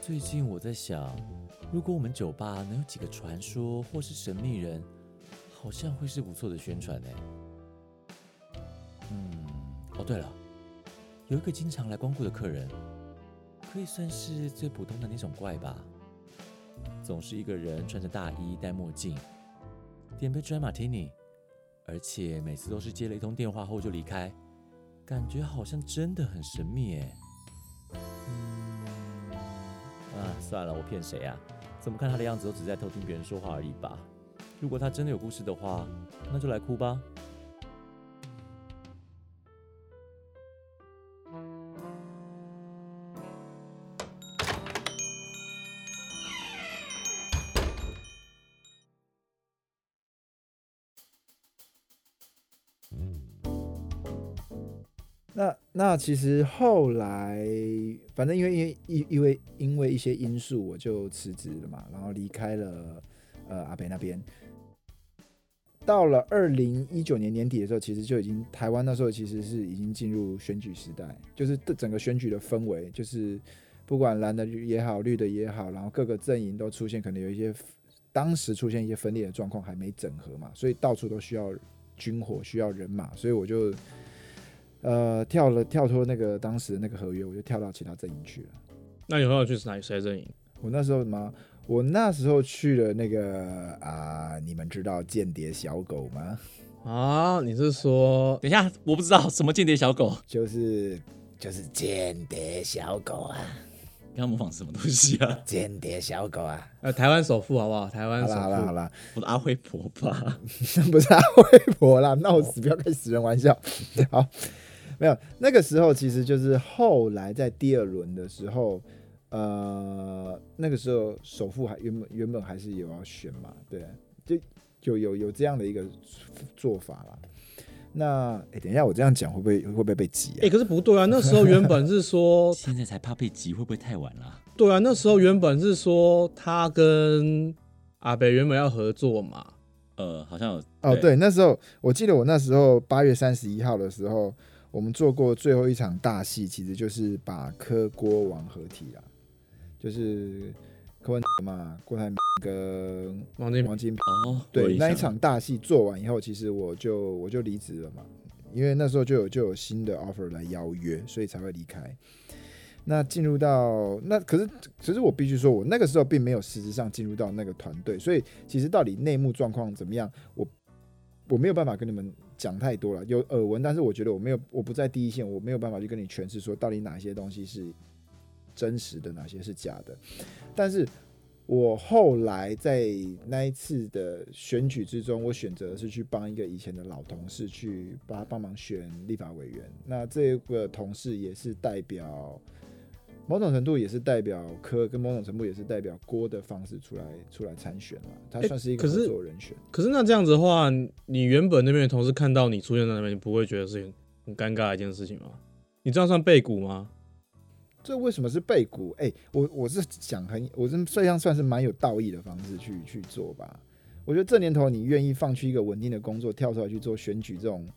最近我在想，如果我们酒吧能有几个传说或是神秘人，好像会是不错的宣传哦对了，有一个经常来光顾的客人，可以算是最普通的那种怪吧。总是一个人穿着大衣戴墨镜，点杯 Dry Martini， 而且每次都是接了一通电话后就离开，感觉好像真的很神秘算了，我骗谁啊？怎么看他的样子都只在偷听别人说话而已吧。如果他真的有故事的话，那就来哭吧。 那其实后来，反正因为一些因素，我就辞职了嘛，然后离开了阿北那边。到了2019年年底的时候，其实就已经台湾那时候其实是已经进入选举时代，就是整个选举的氛围，就是不管蓝的也好，绿的也好，然后各个阵营都出现可能有一些当时出现一些分裂的状况，还没整合嘛，所以到处都需要军火，需要人马，所以我就跳脱那个当时的那个合约，我就跳到其他阵营去了。 那你后来去谁阵营？ 我那时候去了那个你们知道间谍小狗吗？ 啊，你是说？ 等一下，我不知道什么间谍小狗， 就是间谍小狗啊！ 刚刚模仿什么东西啊？ 间谍小狗啊！ 台湾首富好不好？台湾首富。 好啦， 我的阿辉婆吧？ 不是阿辉婆啦，闹死！不要开死人玩笑。好，没有，那个时候其实就是后来在第二轮的时候，那个时候首富原本还是有要选嘛，对，就有这样的一个做法啦。那等一下，我这样讲会不会被挤啊？ 可是不对啊，那时候原本是说， 现在才怕被挤，会不会太晚了？ 对啊，那时候原本是说他跟阿北原本要合作嘛。 好像有对，那时候我记得我那时候8月31号的时候，我们做过最后一场大戏，其实就是把柯郭王合体啦，就是柯文哲嘛，郭台铭跟王金平。对，那一场大戏做完以后，其实我就离职了嘛，因为那时候就有新的 offer 来邀约，所以才会离开。那进入到可是我必须说，我那个时候并没有实质上进入到那个团队，所以其实到底内幕状况怎么样，我没有办法跟你们讲太多了，有耳闻，但是我觉得我不在第一线，我没有办法去跟你诠释说到底哪些东西是真实的，哪些是假的。但是我后来在那一次的选举之中，我选择的是去帮一个以前的老同事去帮忙选立法委员。那这个同事也是代表某种程度也是代表柯，跟某种程度也是代表郭的方式出来参选了，他算是一个合作人选。 可是那这样子的话，你原本那边的同事看到你出现在那边，你不会觉得是很尴尬的一件事情吗？你这样算背骨吗？ 这为什么是背骨？我是想我这样算是蛮有道义的方式去做吧。我觉得这年头你愿意放弃一个稳定的工作，跳出来去做选举这种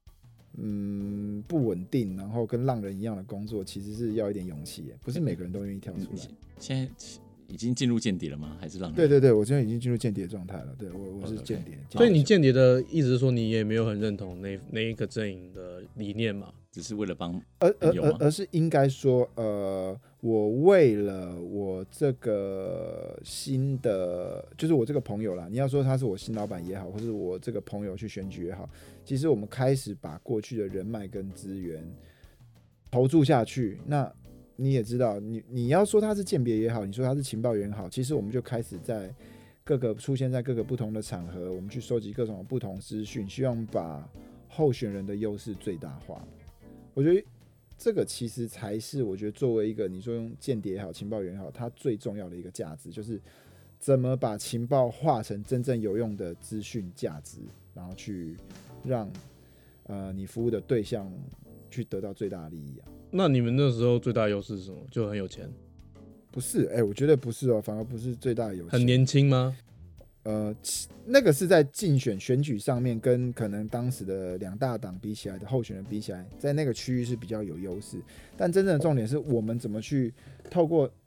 不稳定，然后跟浪人一样的工作，其实是要一点勇气，不是每个人都愿意跳出来。 现在已经进入间谍了吗？还是浪人？ 对，我现在已经进入间谍状态了。对，我是间谍。 所以你间谍的意思是说，你也没有很认同那一个阵营的理念嘛？ 只是为了帮而是应该说，我为了我这个新的，就是我这个朋友啦，你要说他是我新老板也好，或是我这个朋友去选举也好，其实我们开始把过去的人脉跟资源投注下去。那你也知道，你要说他是间谍也好，你说他是情报员也好，其实我们就开始在出现在各个不同的场合，我们去收集各种不同资讯，希望把候选人的优势最大化。我觉得这个其实才是我觉得作为一个你说用间谍也好，情报员也好，它最重要的一个价值，就是怎么把情报化成真正有用的资讯价值，然后去让你服务的对象去得到最大的利益啊。 那你们那时候最大的优势是什么？就很有钱？ 不是，我觉得不是哦，反而不是最大的优势。 很年轻吗？ 那个是在竞选举上面，跟可能当时的两大党比起来的候选人比起来，在那个区域是比较有优势。但真正的重点是我们怎么去透过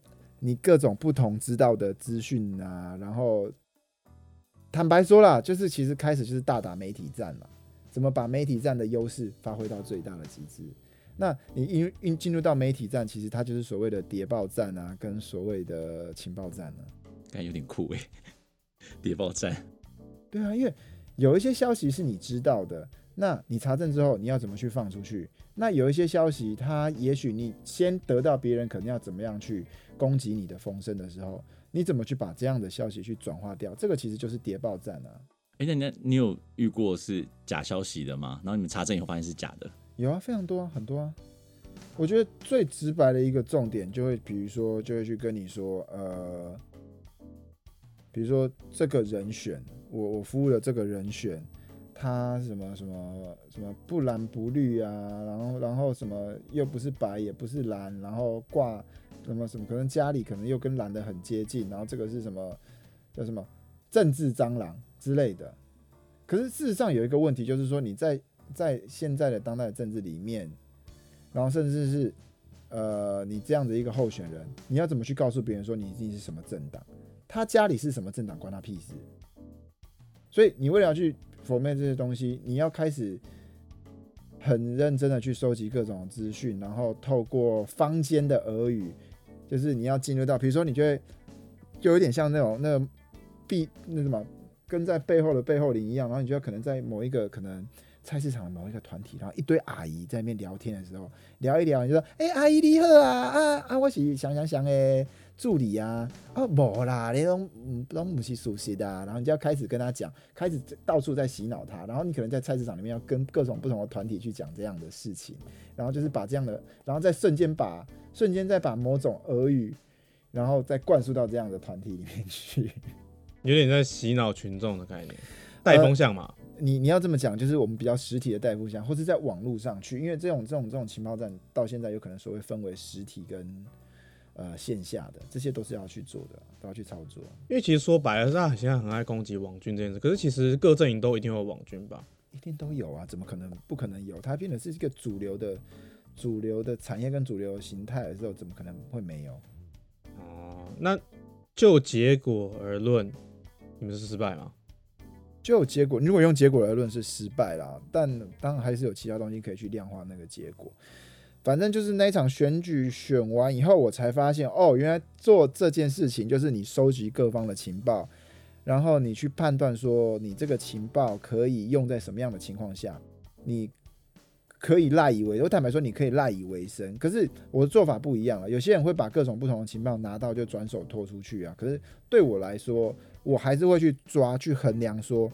你各种不同知道的资讯啊，然后坦白说啦，就是其实开始就是大打媒体战嘛，怎么把媒体战的优势发挥到最大的极致？那你进入到媒体战，其实它就是所谓的谍报战啊，跟所谓的情报战啊。 感觉有点酷谍报战。 对啊，因为有一些消息是你知道的，那你查证之后，你要怎么去放出去？那有一些消息，它也许你先得到别人可能要怎么样去攻击你的风声的时候，你怎么去把这样的消息去转化掉？这个其实就是谍报战啊。 那你有遇过是假消息的吗？然后你们查证以后发现是假的？ 有啊，非常多啊，很多啊。我觉得最直白的一个重点就会，比如说就会去跟你说，比如说这个人选，我服务的这个人选，他什么不蓝不绿啊，然后什么又不是白也不是蓝，然后挂什么，可能家里可能又跟蓝的很接近，然后这个是什么叫什么政治蟑螂之类的。可是事实上有一个问题，就是说你在现在的当代的政治里面，然后甚至是你这样的一个候选人，你要怎么去告诉别人说你是什么政党？他家里是什么政党，关他屁事。所以你为了要去否认这些东西，你要开始很认真的去收集各种资讯，然后透过坊间的耳语，就是你要进入到，比如说你就有点像那什么跟在背后的背后灵一样，然后你就要可能在某一个可能菜市场的某一个团体，然后一堆阿姨在那边聊天的时候，聊一聊，你就说，阿姨你好啊，我是想的助理啊，没啦，你都不是熟悉的啊，然后你就要开始跟他讲，开始到处在洗脑他，然后你可能在菜市场里面要跟各种不同的团体去讲这样的事情，然后就是把这样的，然后再瞬间再把某种俄语，然后再灌输到这样的团体里面去， 有点在洗脑群众的概念，带风向嘛。 你要这么讲，就是我们比较实体的带风向，或是在网络上去，因为这种情报站到现在有可能所谓分为实体跟线下的，这些都是要去做的，都要去操作。 因为其实说白了，他现在很爱攻击网军这件事，可是其实各阵营都一定有网军吧？ 一定都有啊，怎么可能不可能有？它变得是一个主流的产业跟主流的形态的时候，怎么可能会没有？ 哦，那就结果而论，你们是失败吗？ 就结果，如果用结果而论是失败啦，但当然还是有其他东西可以去量化那个结果。反正就是那一场选举选完以后，我才发现原来做这件事情就是你收集各方的情报，然后你去判断说你这个情报可以用在什么样的情况下，你可以赖以为生。我坦白说，你可以赖以为生。可是我的做法不一样了，有些人会把各种不同的情报拿到就转手拖出去啊。可是对我来说，我还是会去抓去衡量说，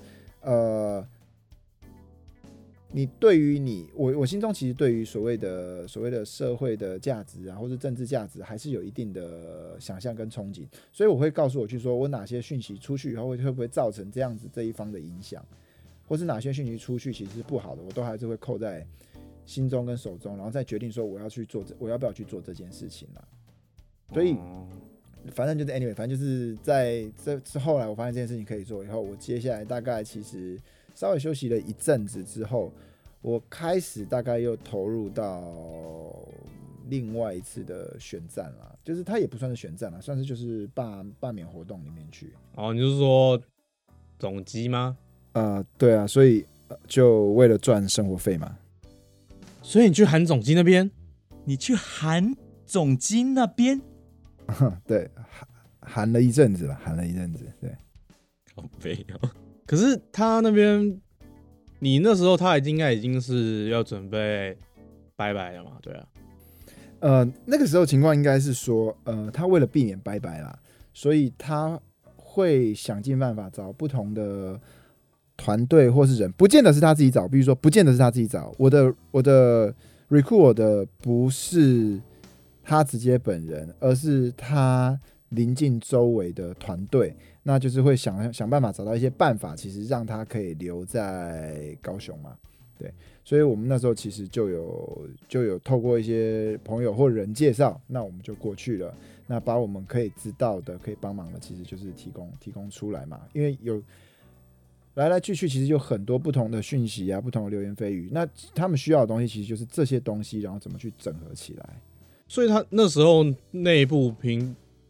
你对于我心中其实对于所谓的社会的价值啊，或是政治价值，还是有一定的想象跟憧憬，所以我会告诉我去说，我哪些讯息出去以后会不会造成这样子这一方的影响，或是哪些讯息出去其实是不好的，我都还是会扣在心中跟手中，然后再决定说我要不要去做这件事情啦。所以反正就是 anyway， 反正就是在这后来我发现这件事情可以做以后，我接下来大概其实稍微休息了一阵子之后，我开始大概又投入到另外一次的选战啦，就是它也不算是选战啦，算是就是罢免活动里面去。 哦，你就是说总机吗？ 对啊，所以就为了赚生活费嘛。 所以你去韩总机那边？ 你去韩总机那边？ 对，喊了一阵子了，对。 好悲哦。 可是他那边，你那时候他应该已经是要准备拜拜了嘛？对啊。 那个时候情况应该是说，他为了避免拜拜啦，所以他会想尽办法找不同的团队或是人，不见得是他自己找，比如说不见得是他自己找。我的 recruit 我的不是他直接本人，而是他邻近周围的团队，那就是会想办法找到一些办法，其实让他可以留在高雄嘛。对，所以我们那时候其实就有透过一些朋友或人介绍，那我们就过去了。那把我们可以知道的、可以帮忙的，其实就是提供出来嘛。因为有来来去去，其实有很多不同的讯息啊，不同的流言蜚语。那他们需要的东西，其实就是这些东西，然后怎么去整合起来。 所以他那时候内部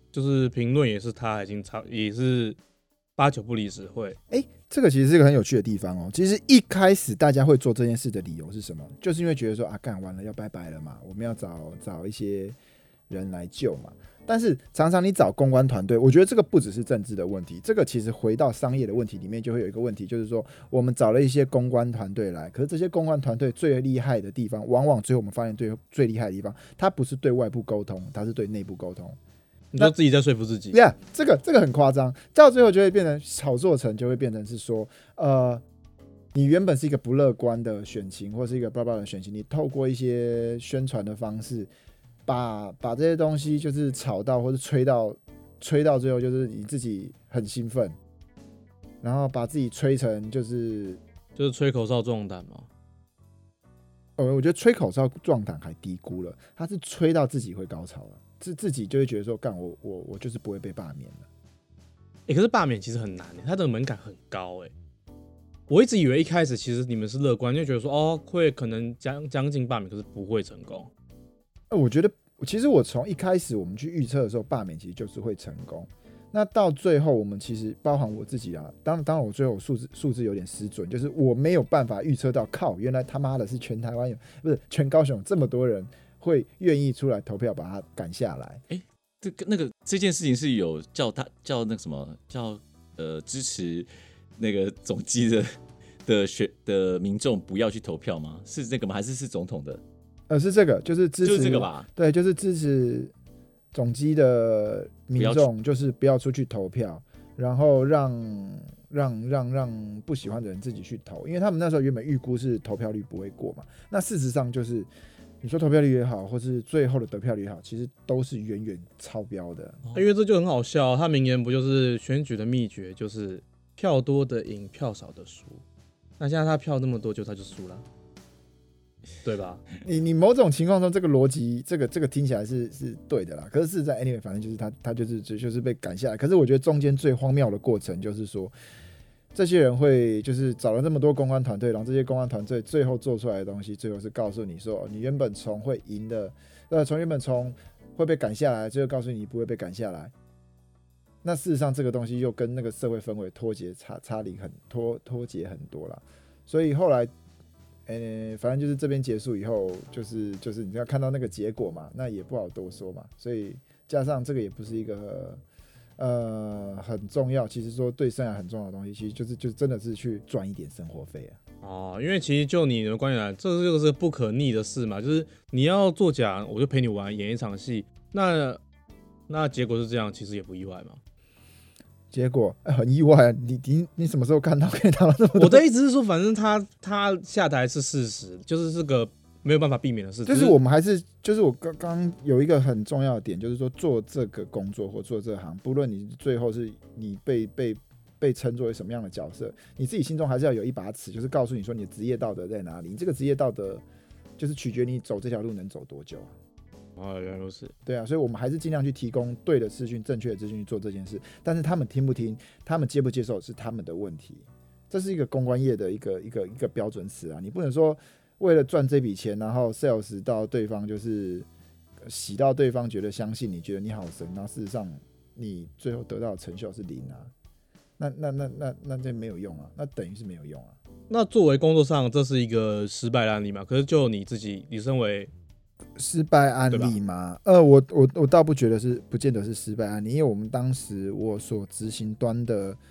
就是评论也是他已经也是8、9不离10会。 这个其实是一个很有趣的地方哦。其实一开始大家会做这件事的理由是什么？就是因为觉得说啊，干完了要拜拜了嘛，我们要找一些人来救嘛。但是常常你找公关团队，我觉得这个不只是政治的问题，这个其实回到商业的问题里面，就会有一个问题，就是说我们找了一些公关团队来，可是这些公关团队最厉害的地方，往往最后我们发现最厉害的地方，它不是对外部沟通，它是对内部沟通。 你说自己在说服自己， 对啊，这个很夸张，到最后就会变成炒作成，就会变成是说，你原本是一个不乐观的选情，或是一个blah blah的选情，你透过一些宣传的方式，把这些东西就是炒到或是吹到最后，就是你自己很兴奋，然后把自己吹成就是吹口哨壮胆嘛。 我觉得吹口哨壮胆还低估了，他是吹到自己会高潮了。自己就会觉得说，干我就是不会被罢免了。 可是罢免其实很难，它的门槛很高我一直以为一开始其实你们是乐观，就觉得说会可能将近罢免，可是不会成功。 我觉得其实我从一开始我们去预测的时候，罢免其实就是会成功。那到最后我们其实包含我自己啊，当然我最后数字有点失准，就是我没有办法预测到，靠，原来他妈的是全台湾不是全高雄有这么多人会愿意出来投票把他赶下来。 这件事情是有叫那个什么叫支持那个总机的民众不要去投票吗？是这个吗？还是总统的？ 是这个，就是支持， 就是这个吧？ 对，就是支持总机的民众，就是不要出去投票，然后让不喜欢的人自己去投，因为他们那时候原本预估是投票率不会过嘛。那事实上就是。你说投票率也好，或是最后的得票率也好，其实都是远远超标的。 因为这就很好笑，他名言不就是选举的秘诀，就是票多的赢，票少的输。那现在他票那么多，他就输了，对吧？ 你某种情况中，这个逻辑，这个听起来是对的啦。可是事实在 anyway， 反正就是他就是被赶下来。可是我觉得中间最荒谬的过程就是说。这些人会就是找了这么多公关团队，然后这些公关团队最后做出来的东西，最后是告诉你说，你原本从会赢的，从原本从会被赶下来，最后告诉你不会被赶下来。那事实上这个东西又跟那个社会氛围脱节脱节很多啦。所以后来，反正就是这边结束以后，就是你要看到那个结果嘛，那也不好多说嘛。所以加上这个也不是一个。很重要，其实说对生涯很重要的东西，其实就真的是去赚一点生活费因为其实就你的观点来，这就是不可逆的事嘛，就是你要作假，我就陪你玩，演一场戏，那结果是这样，其实也不意外嘛。 结果很意外啊！你什么时候看到可以拿到那么多？ 我的意思是说，反正他下台是事实，就是这个。没有办法避免的事， 就是我们还是就是我刚有一个很重要的点，就是说做这个工作或做这行，不论你最后是你被称作为什么样的角色，你自己心中还是要有一把尺，就是告诉你说你的职业道德在哪里。你这个职业道德就是取决你走这条路能走多久原来如此。 对啊，所以我们还是尽量去提供对的资讯、正确的资讯去做这件事。但是他们听不听，他们接不接受是他们的问题。这是一个公关业的一个标准词啊，你不能说。为了赚这笔钱，然后 sales 到对方就是洗到对方觉得相信你，觉得你好神，然后事实上你最后得到的成效是0啊，那这没有用啊，那等于是没有用啊。 那作为工作上，这是一个失败的案例嘛？可是就你自己，你身为失败案例吗？我倒不觉得是，不见得是失败案例，因为我们当时我所执行端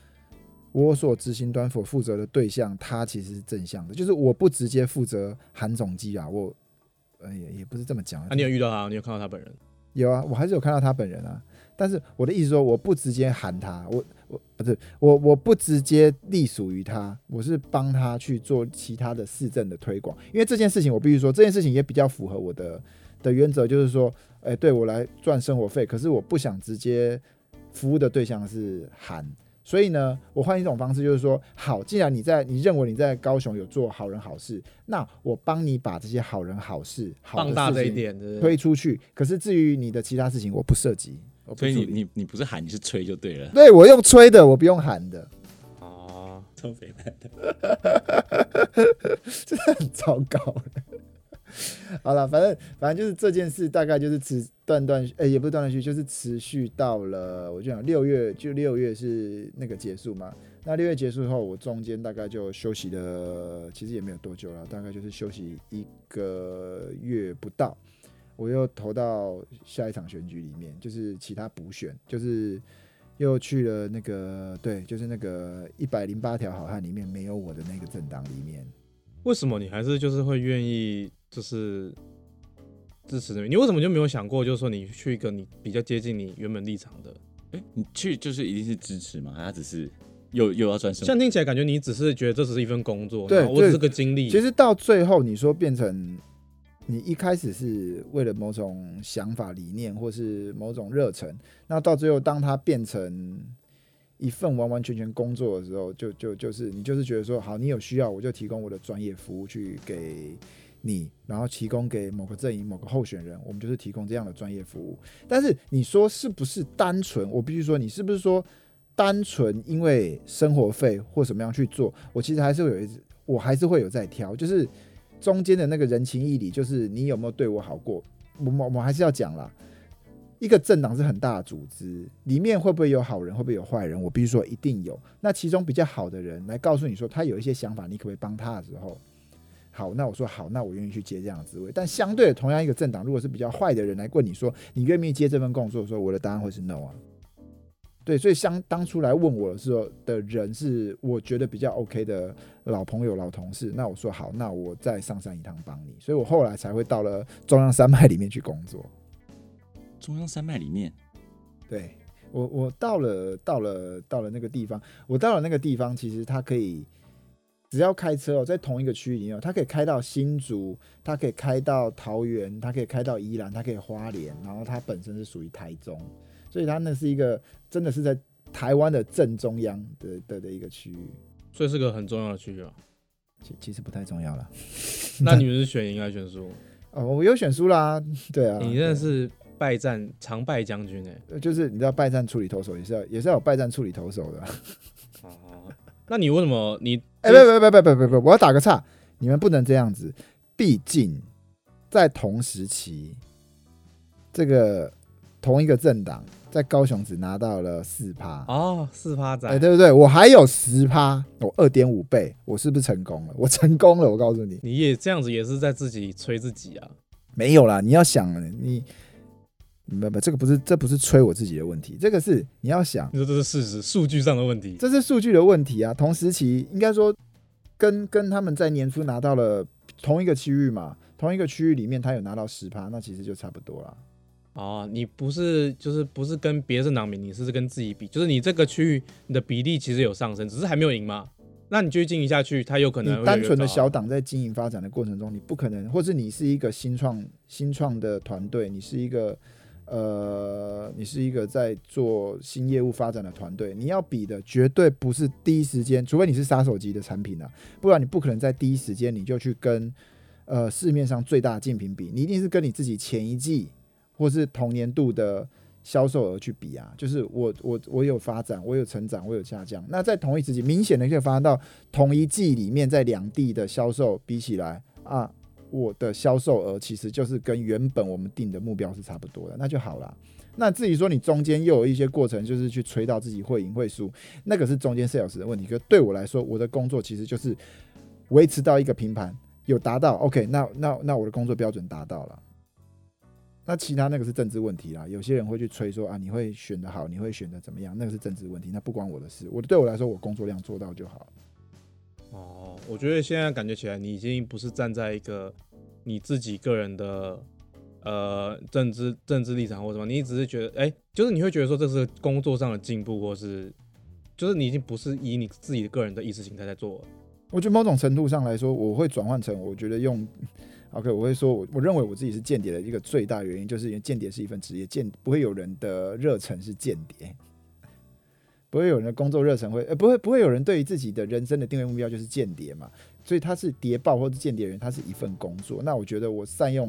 所负责的对象，他其实是正向的，就是我不直接负责韩总机啊，我也不是这么讲。 你有遇到他？你有看到他本人？ 有啊，我还是有看到他本人啊。但是我的意思说，我不直接喊他，我不直接隶属于他，我是帮他去做其他的市政的推广。因为这件事情，我必须说，这件事情也比较符合我的原则，就是说，对我来赚生活费，可是我不想直接服务的对象是韩。所以呢，我换一种方式，就是说，好，既然你认为你在高雄有做好人好事，那我帮你把这些好人好事、 放大这一点推出去。可是至于你的其他事情，我不涉及。 所以你不是喊，你是吹就对了。 对，我用吹的，我不用喊的。 超肥蛋的， 真的很糟糕。 好了，反正就是这件事，大概就是也不是断断续，就是持续到了我就讲6月是那个结束嘛。那6月结束后，我中间大概就休息了，其实也没有多久了，大概就是休息1个月不到，我又投到下一场选举里面，就是其他补选，就是又去了那个对，就是那个108条好汉里面没有我的那个政党里面。 为什么你还是就是会愿意就是支持这边？你为什么就没有想过，就是说你去一个你比较接近你原本立场的？ 你去就是一定是支持嘛？他只是又要赚什么？ 像听起来感觉你只是觉得这只是一份工作， 对， 我只是个经历。 其实到最后，你说变成你一开始是为了某种想法、理念，或是某种热忱，那到最后，当它变成一份完完全全工作的时候，就是你就是觉得说，好，你有需要，我就提供我的专业服务去给你，然后提供给某个阵营、某个候选人，我们就是提供这样的专业服务。但是你说是不是单纯？我必须说，你是不是说单纯因为生活费或什么样去做？我其实还是会有在挑，就是中间的那个人情义理，就是你有没有对我好过？我还是要讲啦。一个政党是很大的组织，里面会不会有好人，会不会有坏人？我必须说一定有。那其中比较好的人来告诉你说他有一些想法，你可不可以帮他的时候，好，那我说好，那我愿意去接这样的职位。但相对的，同样一个政党，如果是比较坏的人来问你说你愿不愿意接这份工作的时候，我的答案会是 no 啊。对，所以当初来问我的时候的人是我觉得比较 OK 的老朋友、老同事，那我说好，那我再上山一趟帮你。所以我后来才会到了中央山脉里面去工作。 中央山脉里面， 对，我到了那个地方，其实它可以只要开车在同一个区域里面，它可以开到新竹，它可以开到桃园，它可以开到宜兰，它可以花莲，然后它本身是属于台中，所以它那是一个真的是在台湾的正中央的一个区域， 所以是个很重要的区域啊。 其实不太重要了。 那你们是选赢还是选输？ 我有选输啦，对啊， 你真的是败战常败将军就是你知道败战处理投手也是要有败战处理投手的。 那你为什么你？ 不，我要打个岔，你们不能这样子。毕竟在同时期，这个同一个政党在高雄只拿到了4% 哦，4%仔， 对不对？我还有10%，我2.5倍，我是不是成功了？我成功了，我告诉你， 你也这样子也是在自己吹自己啊？ 没有啦，你要想你。这不是吹我自己的问题，这个是你要想， 你说这是事实，数据上的问题， 这是数据的问题啊。同时期应该说跟他们在年初拿到了同一个区域嘛，同一个区域里面他有拿到10%，那其实就差不多了。 哦，你不是跟别的政党比，你是跟自己比，就是你这个区域你的比例其实有上升，只是还没有赢嘛。那你继续经营下去，它有可能会越来越高啊。 你单纯的小党在经营发展的过程中，你不可能，或是你是一个新创的团队，你是一个在做新业务发展的团队，你要比的绝对不是第一时间，除非你是杀手级的产品啊，不然你不可能在第一时间你就去跟市面上最大的竞品比，你一定是跟你自己前一季或是同年度的销售额去比啊，就是我有发展，我有成长，我有下降。那在同一时期，明显的可以发现到同一季里面，在两地的销售比起来啊，我的销售额其实就是跟原本我们定的目标是差不多的，那就好了。那至于说你中间又有一些过程，就是去吹到自己会赢会输，那个是中间4小时的问题。可对我来说，我的工作其实就是维持到一个平盘，有达到 OK， 那我的工作标准达到了。那其他那个是政治问题啦，有些人会去吹说啊，你会选得好，你会选得怎么样，那个是政治问题，那不关我的事。对我来说，我工作量做到就好。 哦，我觉得现在感觉起来，你已经不是站在一个你自己个人的政治立场或什么，你只是觉得就是你会觉得说这是工作上的进步，或是就是你已经不是以你自己的个人的意识形态在做了。 我觉得某种程度上来说，我会转换成我觉得用。OK， 我会说，我认为我自己是间谍的一个最大原因，就是因为间谍是一份职业，不会有人的热忱是间谍，不会有人的工作热忱不会有人对于自己的人生的定位目标就是间谍嘛，所以他是谍报或是间谍人，他是一份工作。那我觉得我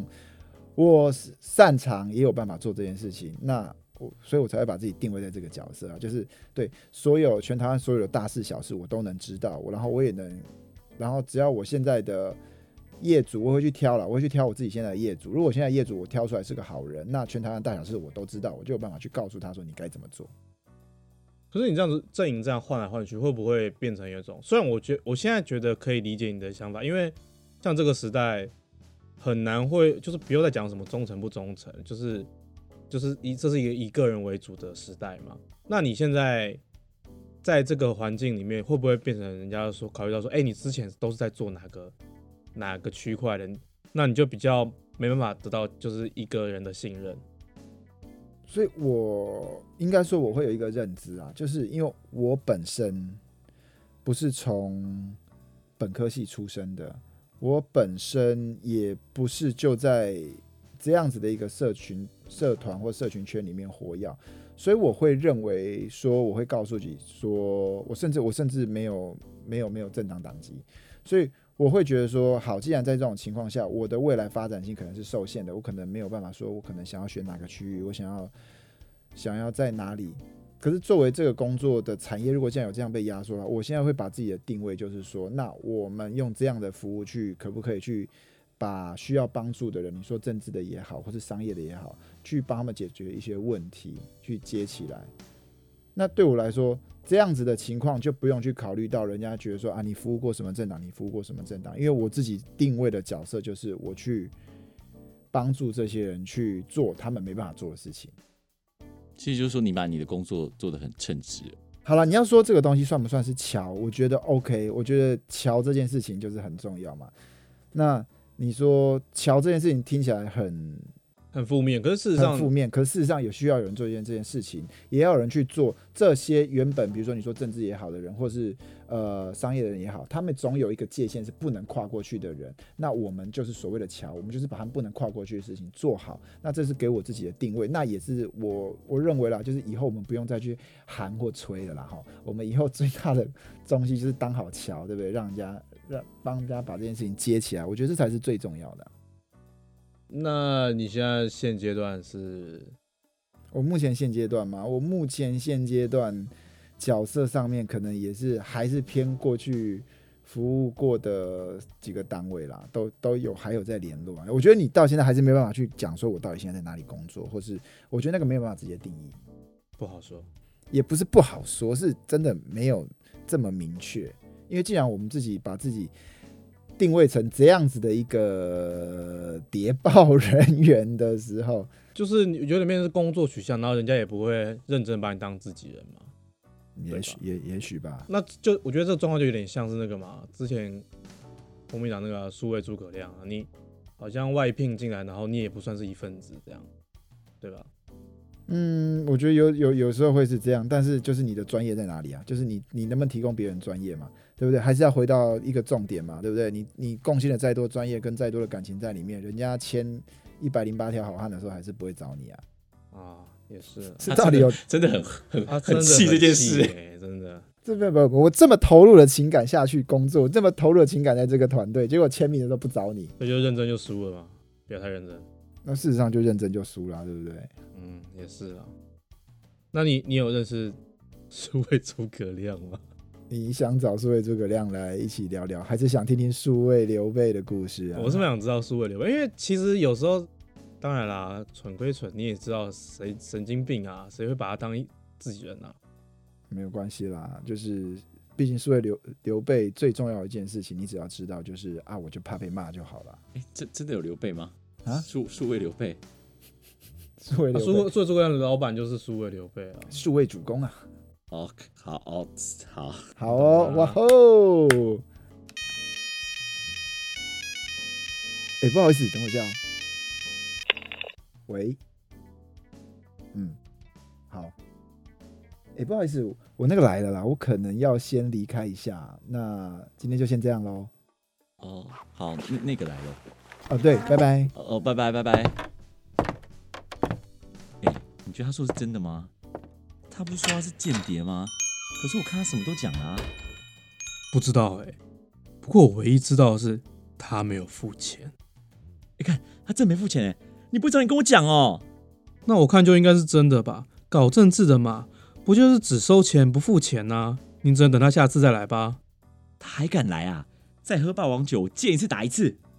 擅长也有办法做这件事情，所以我才会把自己定位在这个角色啊，就是对全台湾所有的大事小事我都能知道，然后我也能，然后只要我现在的业主，我会去挑我自己现在的业主。如果现在业主我挑出来是个好人，那全台湾大小事我都知道，我就有办法去告诉他说你该怎么做。 可是你这样子阵营这样换来换去，会不会变成一种？虽然我现在觉得可以理解你的想法，因为像这个时代很难会，就是不用再讲什么忠诚不忠诚，就是这是一个以个人为主的时代嘛。那你现在在这个环境里面，会不会变成人家说考虑到说，你之前都是在做哪个区块的，那你就比较没办法得到就是一个人的信任。 所以我应该说我会有一个认知啊，就是因为我本身不是从本科系出身的，我本身也不是就在这样子的一个社团或社群圈里面活跃，所以我会认为说，我会告诉你说，我甚至没有政党党籍，所以我会觉得说，好，既然在这种情况下，我的未来发展性可能是受限的，我可能没有办法说，我可能想要选哪个区域，我想要在哪里。可是作为这个工作的产业，如果现在有这样被压缩的话，我现在会把自己的定位就是说，那我们用这样的服务去，可不可以去把需要帮助的人，你说政治的也好，或是商业的也好，去帮他们解决一些问题，去接起来。那对我来说，这样子的情况就不用去考虑到人家觉得说啊，你服务过什么政党，你服务过什么政党，因为我自己定位的角色就是我去帮助这些人去做他们没办法做的事情。 其实就是说，你把你的工作做得很称职。 好了，你要说这个东西算不算是桥？我觉得 OK， 我觉得桥这件事情就是很重要嘛。那你说桥这件事情听起来很负面，可是事实上很负面，可是事实上也需要有人做这件事情，也要有人去做这些原本比如说你说政治也好的人，或是商业的人也好，他们总有一个界限是不能跨过去的人。那我们就是所谓的桥，我们就是把他们不能跨过去的事情做好。那这是给我自己的定位，那也是我认为啦，就是以后我们不用再去喊或吹了啦哈。我们以后最大的东西就是当好桥，对不对？帮人家把这件事情接起来，我觉得这才是最重要的。 那你现在现阶段是？ 我目前现阶段嘛，我目前现阶段角色上面可能也是还是偏过去服务过的几个单位啦，都有还有在联络啊。我觉得你到现在还是没办法去讲说我到底现在在哪里工作，或是我觉得那个没有办法直接定义， 不好说， 也不是不好说，是真的没有这么明确。因为既然我们自己把自己定位成这样子的一个谍报人员的时候， 就是你觉得里面是工作取向，然后人家也不会认真把你当自己人嘛？ 也许吧。 那就我觉得这个状况就有点像是那个嘛，之前国民党那个数位诸葛亮啊，你好像外聘进来，然后你也不算是一份子，这样，对吧？ 我觉得有时候会是这样，但是就是你的专业在哪里啊？就是你能不能提供别人专业嘛？对不对？还是要回到一个重点嘛？对不对？你贡献了再多专业跟再多的感情在里面，人家签108条好汉的时候还是不会找你啊。 啊，也是， 这到底有真的很气这件事真的。 我这么投入的情感下去工作，这么投入的情感在这个团队，结果签名的都不找你， 那就认真就输了嘛，不要太认真。 那事实上就认真就输了，对不对？ 也是啊。那你有认识数位诸葛亮吗？ 你想找数位诸葛亮来一起聊聊，还是想听听数位刘备的故事啊？ 我是蛮想知道数位刘备，因为其实有时候，当然啦，蠢归蠢，你也知道谁神经病啊，谁会把他当自己人啊？没有关系啦，就是毕竟数位刘备最重要的一件事情，你只要知道就是啊，我就怕被骂就好了。 真的有刘备吗？ 啊， 数位刘备， 数位刘备， 数位诸葛亮的老板就是数位刘备啊， 数位主公啊。 好哦，哇吼！不好意思，等我一下哦。喂，好。不好意思，我那个来了啦，我可能要先离开一下。那今天就先这样咯。 哦，好，那个来了。 哦，对，拜拜。 拜拜。你觉得他说的是真的吗？他不是说他是间谍吗？可是我看他什么都讲了啊。 不知道不过我唯一知道的是他没有付钱。 看他真没付钱你不早点跟我讲哦。 那我看就应该是真的吧，搞政治的嘛，不就是只收钱不付钱啊？你只能等他下次再来吧。 他还敢来啊？再喝霸王酒，见一次打一次。